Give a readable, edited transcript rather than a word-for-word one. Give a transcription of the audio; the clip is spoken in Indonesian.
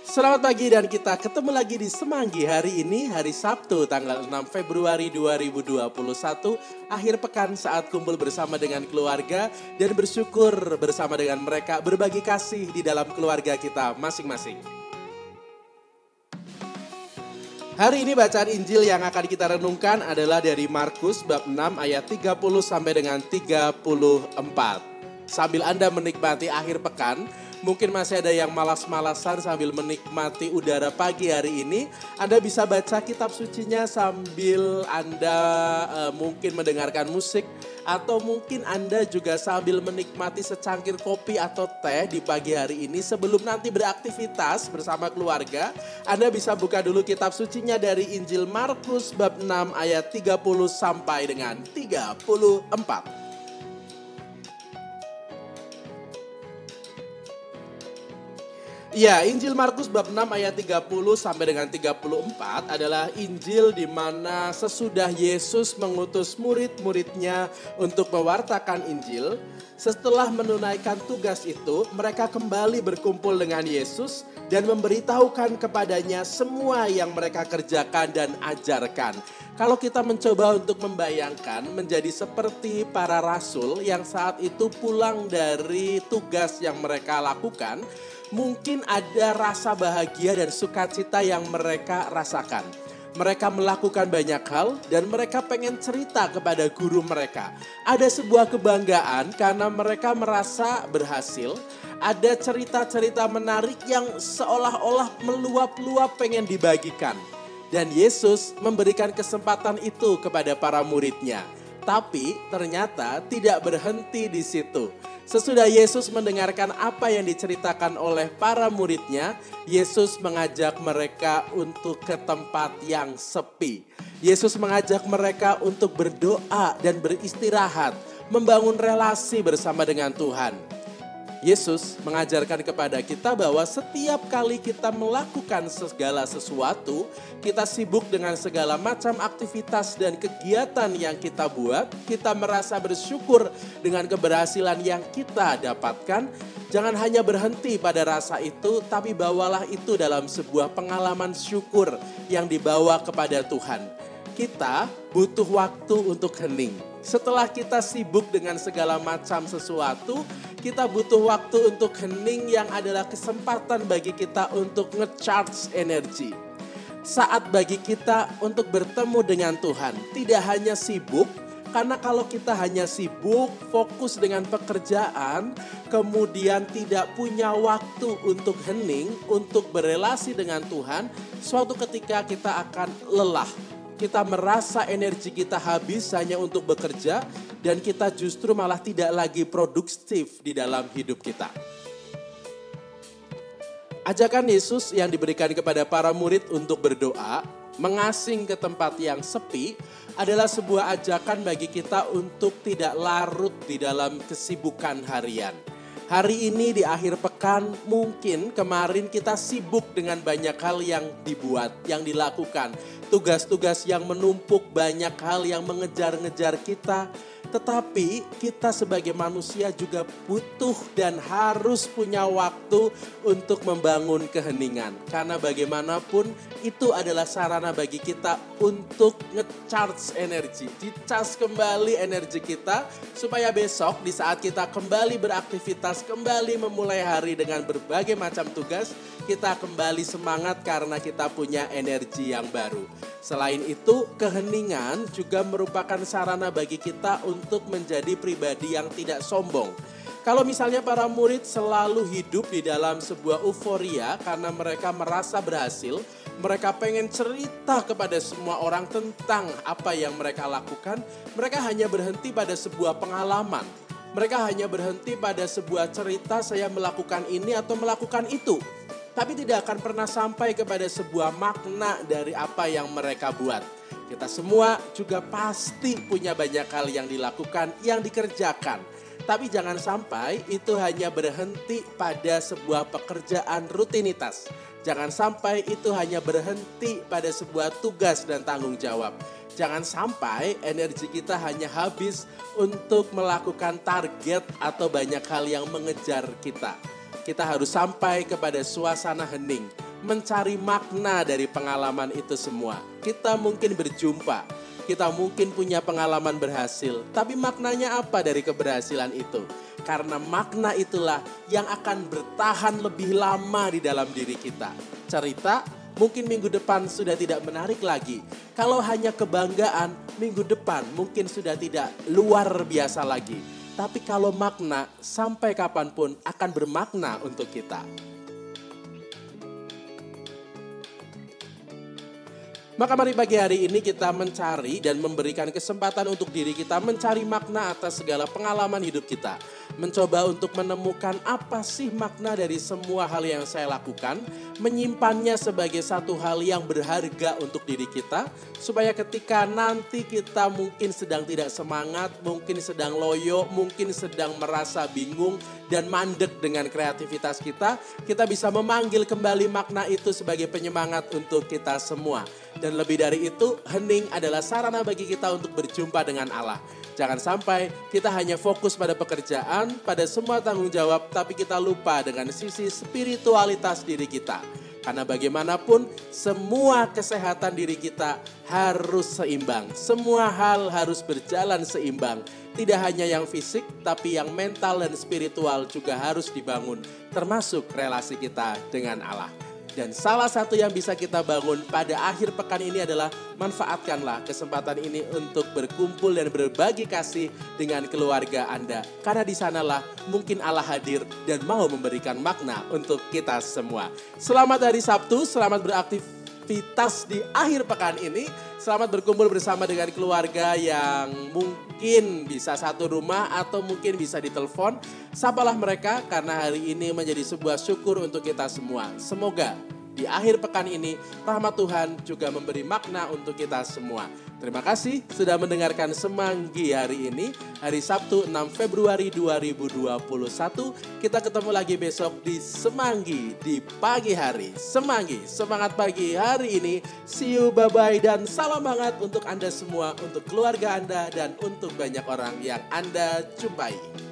Selamat pagi dan kita ketemu lagi di Semanggi hari ini, hari Sabtu tanggal 6 Februari 2021. Akhir pekan saat kumpul bersama dengan keluarga dan bersyukur bersama dengan mereka berbagi kasih di dalam keluarga kita masing-masing. Hari ini bacaan Injil yang akan kita renungkan adalah dari Markus bab 6 ayat 30 sampai dengan 34. Sambil Anda menikmati akhir pekan, mungkin masih ada yang malas-malasan sambil menikmati udara pagi hari ini. Anda bisa baca kitab sucinya sambil Anda mungkin mendengarkan musik. Atau mungkin Anda juga sambil menikmati secangkir kopi atau teh di pagi hari ini. Sebelum nanti beraktivitas bersama keluarga, Anda bisa buka dulu kitab sucinya dari Injil Markus bab 6 ayat 30 sampai dengan 34. Ya, Injil Markus bab 6 ayat 30 sampai dengan 34 adalah Injil di mana sesudah Yesus mengutus murid-muridnya untuk mewartakan Injil, setelah menunaikan tugas itu, mereka kembali berkumpul dengan Yesus dan memberitahukan kepadanya semua yang mereka kerjakan dan ajarkan. Kalau kita mencoba untuk membayangkan menjadi seperti para rasul yang saat itu pulang dari tugas yang mereka lakukan, mungkin ada rasa bahagia dan sukacita yang mereka rasakan. Mereka melakukan banyak hal dan mereka pengen cerita kepada guru mereka. Ada sebuah kebanggaan karena mereka merasa berhasil. Ada cerita-cerita menarik yang seolah-olah meluap-luap pengen dibagikan. Dan Yesus memberikan kesempatan itu kepada para muridnya. Tapi ternyata tidak berhenti di situ. Sesudah Yesus mendengarkan apa yang diceritakan oleh para muridnya, Yesus mengajak mereka untuk ke tempat yang sepi. Yesus mengajak mereka untuk berdoa dan beristirahat, membangun relasi bersama dengan Tuhan. Yesus mengajarkan kepada kita bahwa setiap kali kita melakukan segala sesuatu, kita sibuk dengan segala macam aktivitas dan kegiatan yang kita buat, kita merasa bersyukur dengan keberhasilan yang kita dapatkan. Jangan hanya berhenti pada rasa itu, tapi bawalah itu dalam sebuah pengalaman syukur yang dibawa kepada Tuhan. Kita butuh waktu untuk hening. Setelah kita sibuk dengan segala macam sesuatu, kita butuh waktu untuk hening yang adalah kesempatan bagi kita untuk nge-charge energi. Saat bagi kita untuk bertemu dengan Tuhan, tidak hanya sibuk, karena kalau kita hanya sibuk, fokus dengan pekerjaan, kemudian tidak punya waktu untuk hening, untuk berelasi dengan Tuhan, suatu ketika kita akan lelah. Kita merasa energi kita habis hanya untuk bekerja dan kita justru malah tidak lagi produktif di dalam hidup kita. Ajakan Yesus yang diberikan kepada para murid untuk berdoa, mengasing ke tempat yang sepi adalah sebuah ajakan bagi kita untuk tidak larut di dalam kesibukan harian. Hari ini di akhir pekan mungkin kemarin kita sibuk dengan banyak hal yang dibuat, yang dilakukan. Tugas-tugas yang menumpuk, banyak hal yang mengejar-ngejar kita. Tetapi kita sebagai manusia juga butuh dan harus punya waktu untuk membangun keheningan. Karena bagaimanapun itu adalah sarana bagi kita untuk nge-charge energi. Di-charge kembali energi kita supaya besok di saat kita kembali beraktivitas, kembali memulai hari dengan berbagai macam tugas, kita kembali semangat karena kita punya energi yang baru. Selain itu, keheningan juga merupakan sarana bagi kita untuk menjadi pribadi yang tidak sombong. Kalau misalnya para murid selalu hidup di dalam sebuah euforia karena mereka merasa berhasil, mereka pengen cerita kepada semua orang tentang apa yang mereka lakukan, mereka hanya berhenti pada sebuah pengalaman. Mereka hanya berhenti pada sebuah cerita saya melakukan ini atau melakukan itu. Tapi tidak akan pernah sampai kepada sebuah makna dari apa yang mereka buat. Kita semua juga pasti punya banyak hal yang dilakukan, yang dikerjakan. Tapi jangan sampai itu hanya berhenti pada sebuah pekerjaan rutinitas. Jangan sampai itu hanya berhenti pada sebuah tugas dan tanggung jawab. Jangan sampai energi kita hanya habis untuk melakukan target atau banyak hal yang mengejar kita. Kita harus sampai kepada suasana hening. mencari makna dari pengalaman itu semua. Kita mungkin berjumpa, kita mungkin punya pengalaman berhasil, tapi maknanya apa dari keberhasilan itu? Karena makna itulah yang akan bertahan lebih lama di dalam diri kita. Cerita mungkin minggu depan sudah tidak menarik lagi. Kalau hanya kebanggaan, minggu depan mungkin sudah tidak luar biasa lagi. Tapi kalau makna, sampai kapanpun akan bermakna untuk kita. Maka mari pagi hari ini kita mencari dan memberikan kesempatan untuk diri kita mencari makna atas segala pengalaman hidup kita. Mencoba untuk menemukan apa sih makna dari semua hal yang saya lakukan. Menyimpannya sebagai satu hal yang berharga untuk diri kita. Supaya ketika nanti kita mungkin sedang tidak semangat, mungkin sedang loyo, mungkin sedang merasa bingung dan mandek dengan kreativitas kita. Kita bisa memanggil kembali makna itu sebagai penyemangat untuk kita semua. Dan lebih dari itu, hening adalah sarana bagi kita untuk berjumpa dengan Allah. Jangan sampai kita hanya fokus pada pekerjaan, pada semua tanggung jawab, tapi kita lupa dengan sisi spiritualitas diri kita. Karena bagaimanapun, semua kesehatan diri kita harus seimbang. Semua hal harus berjalan seimbang. Tidak hanya yang fisik, tapi yang mental dan spiritual juga harus dibangun. Termasuk relasi kita dengan Allah. Dan salah satu yang bisa kita bangun pada akhir pekan ini adalah manfaatkanlah kesempatan ini untuk berkumpul dan berbagi kasih dengan keluarga Anda. Karena di sanalah mungkin Allah hadir dan mau memberikan makna untuk kita semua. Selamat hari Sabtu, selamat beraktivitas di akhir pekan ini. Selamat berkumpul bersama dengan keluarga yang mungkin bisa satu rumah atau mungkin bisa ditelepon. Sapalah mereka karena hari ini menjadi sebuah syukur untuk kita semua. Semoga di akhir pekan ini rahmat Tuhan juga memberi makna untuk kita semua. Terima kasih sudah mendengarkan Semanggi hari ini, hari Sabtu 6 Februari 2021. Kita ketemu lagi besok di Semanggi di pagi hari. Semanggi, semangat pagi hari ini. See you, bye-bye, dan salam hangat untuk Anda semua, untuk keluarga Anda, dan untuk banyak orang yang Anda jumpai.